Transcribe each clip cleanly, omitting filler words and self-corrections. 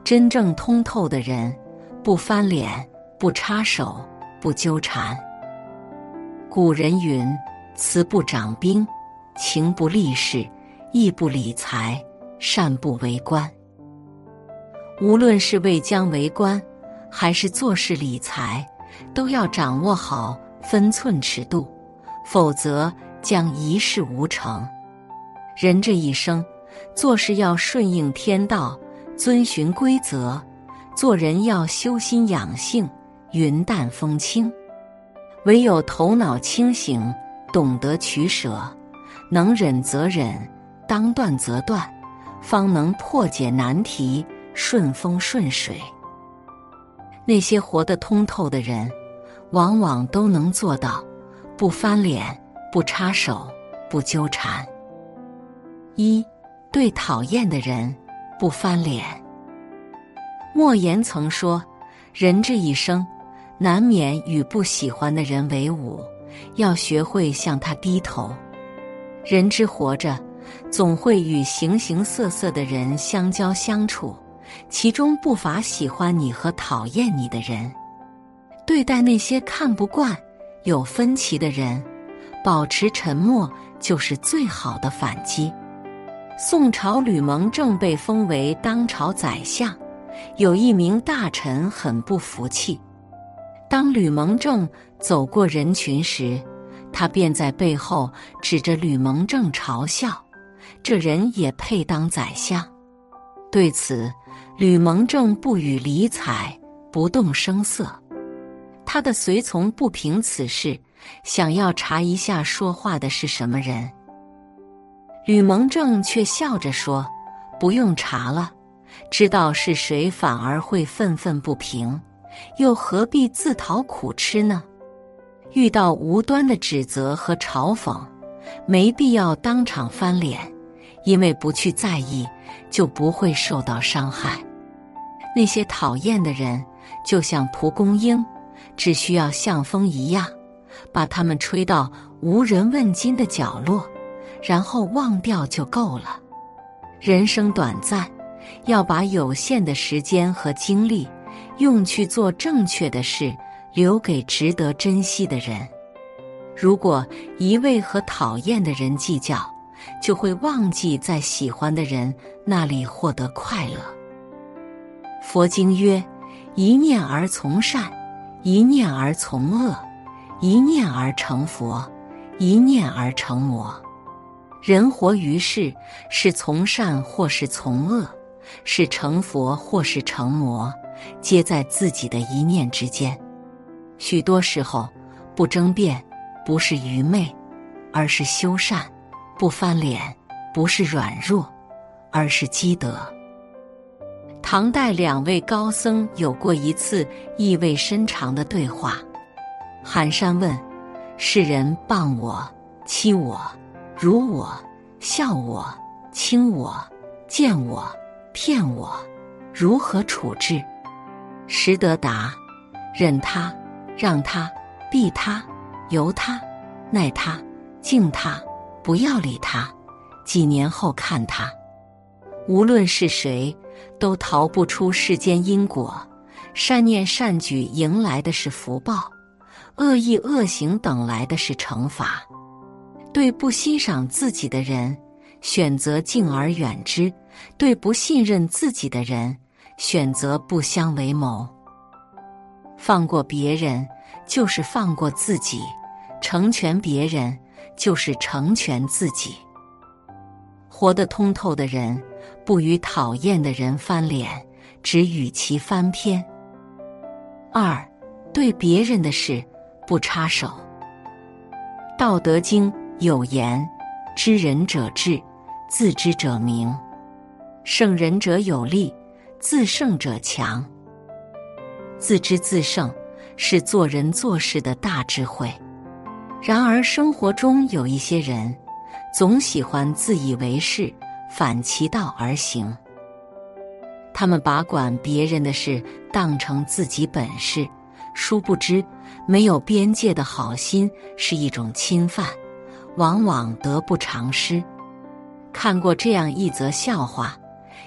真正通透的人，不翻脸，不插手，不纠缠。古人云：慈不掌兵，情不立事，义不理财，善不为官。无论是为将为官，还是做事理财，都要掌握好分寸尺度，否则将一事无成。人这一生，做事要顺应天道，遵循规则，做人要修心养性，云淡风轻。唯有头脑清醒，懂得取舍，能忍则忍，当断则断，方能破解难题，顺风顺水。那些活得通透的人，往往都能做到不翻脸，不插手，不纠缠。一，对讨厌的人不翻脸。莫言曾说，人这一生难免与不喜欢的人为伍，要学会向他低头。人之活着，总会与形形色色的人相交相处，其中不乏喜欢你和讨厌你的人。对待那些看不惯、有分歧的人，保持沉默就是最好的反击。宋朝吕蒙正被封为当朝宰相，有一名大臣很不服气。当吕蒙正走过人群时，他便在背后指着吕蒙正嘲笑，这人也配当宰相。对此，吕蒙正不予理睬，不动声色。他的随从不凭此事，想要查一下说话的是什么人。吕蒙正却笑着说，不用查了，知道是谁反而会愤愤不平，又何必自讨苦吃呢？遇到无端的指责和嘲讽，没必要当场翻脸，因为不去在意，就不会受到伤害。那些讨厌的人，就像蒲公英，只需要像风一样，把它们吹到无人问津的角落，然后忘掉就够了。人生短暂，要把有限的时间和精力用去做正确的事，留给值得珍惜的人。如果一味和讨厌的人计较，就会忘记在喜欢的人那里获得快乐。佛经曰：一念而从善，一念而从恶，一念而成佛，一念而成魔。人活于世，是从善或是从恶，是成佛或是成魔，皆在自己的一念之间。许多时候，不争辩不是愚昧，而是修善；不翻脸不是软弱，而是积德。唐代两位高僧有过一次意味深长的对话。寒山问：世人谤我、欺我、辱我、笑我、轻我、贱我、骗我，如何处置？实德答：忍他，让他，避他，由他，耐他，敬他，不要理他，几年后看他。无论是谁，都逃不出世间因果，善念善举迎来的是福报，恶意恶行等来的是惩罚。对不欣赏自己的人，选择敬而远之；对不信任自己的人，选择不相为谋。放过别人，就是放过自己；成全别人，就是成全自己。活得通透的人，不与讨厌的人翻脸，只与其翻篇。二，对别人的事不插手。道德经有言：知人者智，自知者明；胜人者有力，自胜者强。自知自胜是做人做事的大智慧。然而生活中有一些人，总喜欢自以为是，反其道而行。他们把管别人的事当成自己本事，殊不知没有边界的好心是一种侵犯，往往得不偿失。看过这样一则笑话，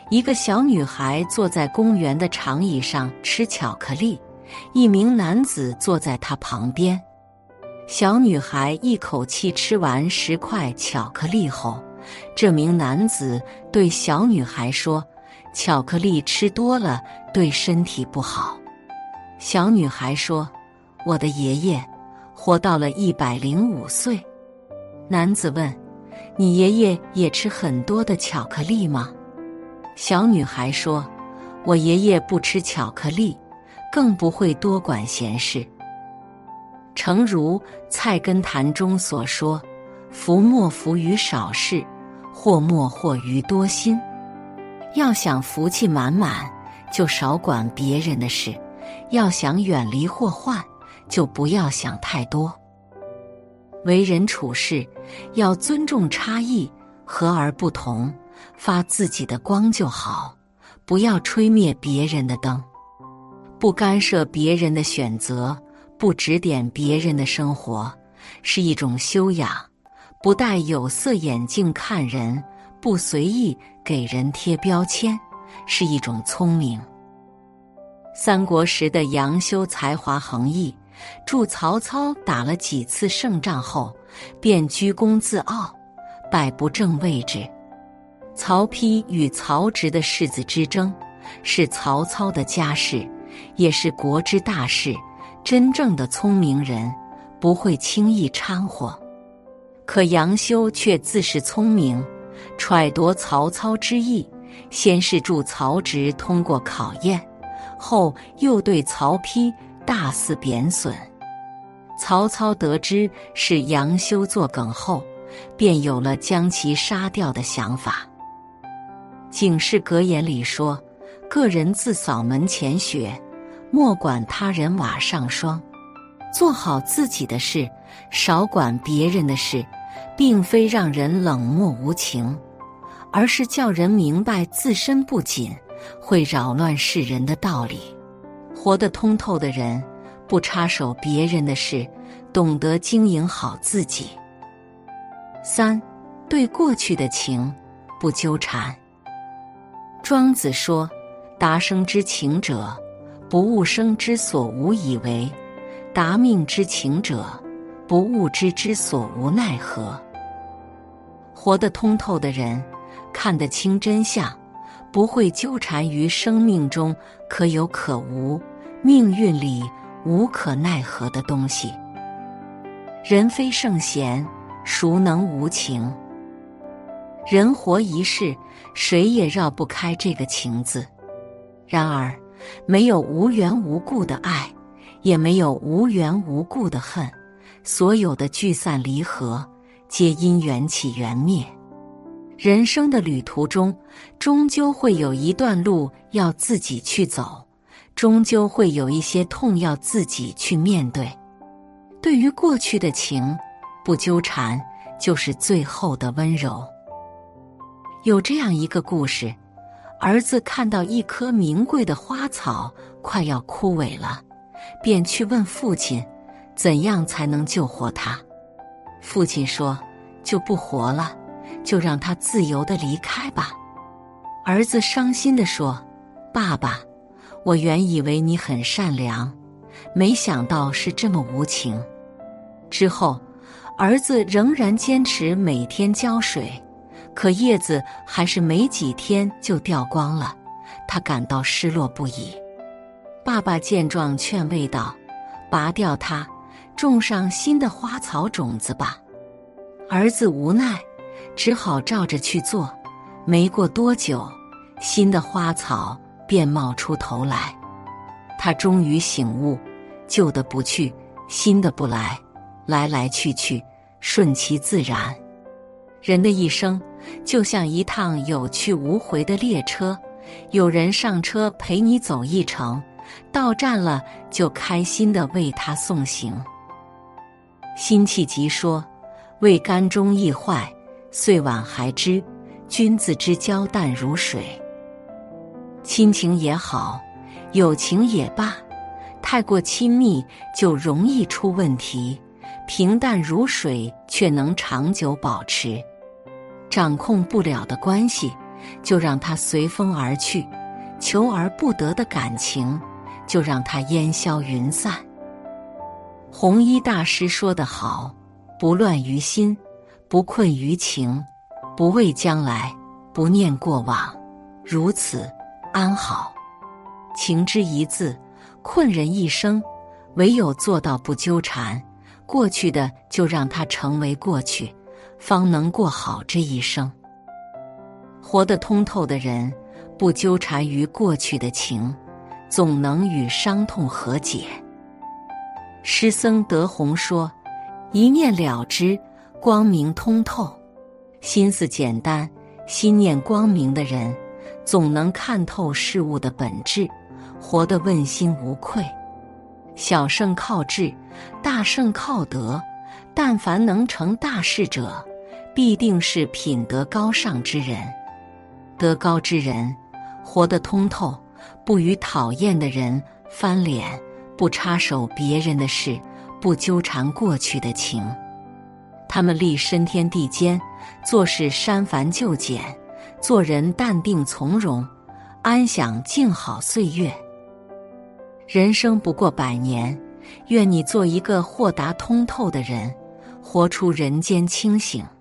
一个小女孩坐在公园的长椅上吃巧克力，一名男子坐在她旁边。小女孩一口气吃完10块巧克力后，这名男子对小女孩说：“巧克力吃多了对身体不好。”小女孩说：“我的爷爷活到了105岁。”男子问：“你爷爷也吃很多的巧克力吗？”小女孩说：“我爷爷不吃巧克力，更不会多管闲事。”诚如《菜根谭》中所说：“福莫福于少事，祸莫祸于多心。”要想福气满满，就少管别人的事；要想远离祸患，就不要想太多。为人处事，要尊重差异，和而不同，发自己的光就好，不要吹灭别人的灯。不干涉别人的选择，不指点别人的生活，是一种修养；不戴有色眼镜看人，不随意给人贴标签，是一种聪明。三国时的杨修才华横溢，助曹操打了几次胜仗后，便居功自傲，拜不正位置。曹丕与曹植的世子之争，是曹操的家事，也是国之大事。真正的聪明人不会轻易掺和，可杨修却自恃聪明，揣度曹操之意，先是助曹植通过考验，后又对曹丕大肆贬损。曹操得知是杨修作梗后，便有了将其杀掉的想法。警世格言里说：“个人自扫门前雪，莫管他人瓦上霜。”做好自己的事，少管别人的事，并非让人冷漠无情，而是叫人明白自身不谨会扰乱世人的道理。活得通透的人，不插手别人的事，懂得经营好自己。3. 对过去的情不纠缠。庄子说：“达生之情者，不务生之所无以为；达命之情者，不务之所无奈何。”活得通透的人，看得清真相，不会纠缠于生命中可有可无、命运里无可奈何的东西。人非圣贤，孰能无情？人活一世，谁也绕不开这个情字。然而，没有无缘无故的爱，也没有无缘无故的恨，所有的聚散离合，皆因缘起缘灭。人生的旅途中，终究会有一段路要自己去走，终究会有一些痛要自己去面对。对于过去的情，不纠缠，就是最后的温柔。有这样一个故事，儿子看到一棵名贵的花草快要枯萎了，便去问父亲，怎样才能救活它？父亲说：“就不活了，就让它自由地离开吧。”儿子伤心地说：“爸爸，我原以为你很善良，没想到是这么无情。”之后，儿子仍然坚持每天浇水，可叶子还是没几天就掉光了，他感到失落不已。爸爸见状劝慰道：“拔掉它，种上新的花草种子吧。”儿子无奈，只好照着去做。没过多久，新的花草便冒出头来。他终于醒悟，旧的不去，新的不来，来来去去，顺其自然。人的一生就像一趟有去无回的列车，有人上车陪你走一程，到站了就开心地为他送行。辛弃疾说：“味甘中易坏，岁晚还知，君子之交淡如水。”亲情也好，友情也罢，太过亲密就容易出问题，平淡如水却能长久保持。掌控不了的关系， 就让它随风而去；求而不得的感情，就让它烟消云散。弘一大师说得好：不乱于心，不困于情，不畏将来，不念过往，如此安好。情之一字，困人一生，唯有做到不纠缠，过去的就让它成为过去，方能过好这一生。活得通透的人，不纠缠于过去的情，总能与伤痛和解。诗僧德宏说：一念了之，光明通透。心思简单，心念光明的人，总能看透事物的本质，活得问心无愧。小胜靠智，大胜靠德。但凡能成大事者，必定是品德高尚之人。德高之人，活得通透，不与讨厌的人翻脸，不插手别人的事，不纠缠过去的情。他们立身天地间，做事删繁就简，做人淡定从容，安享静好岁月。人生不过100年，愿你做一个豁达通透的人，活出人间清醒。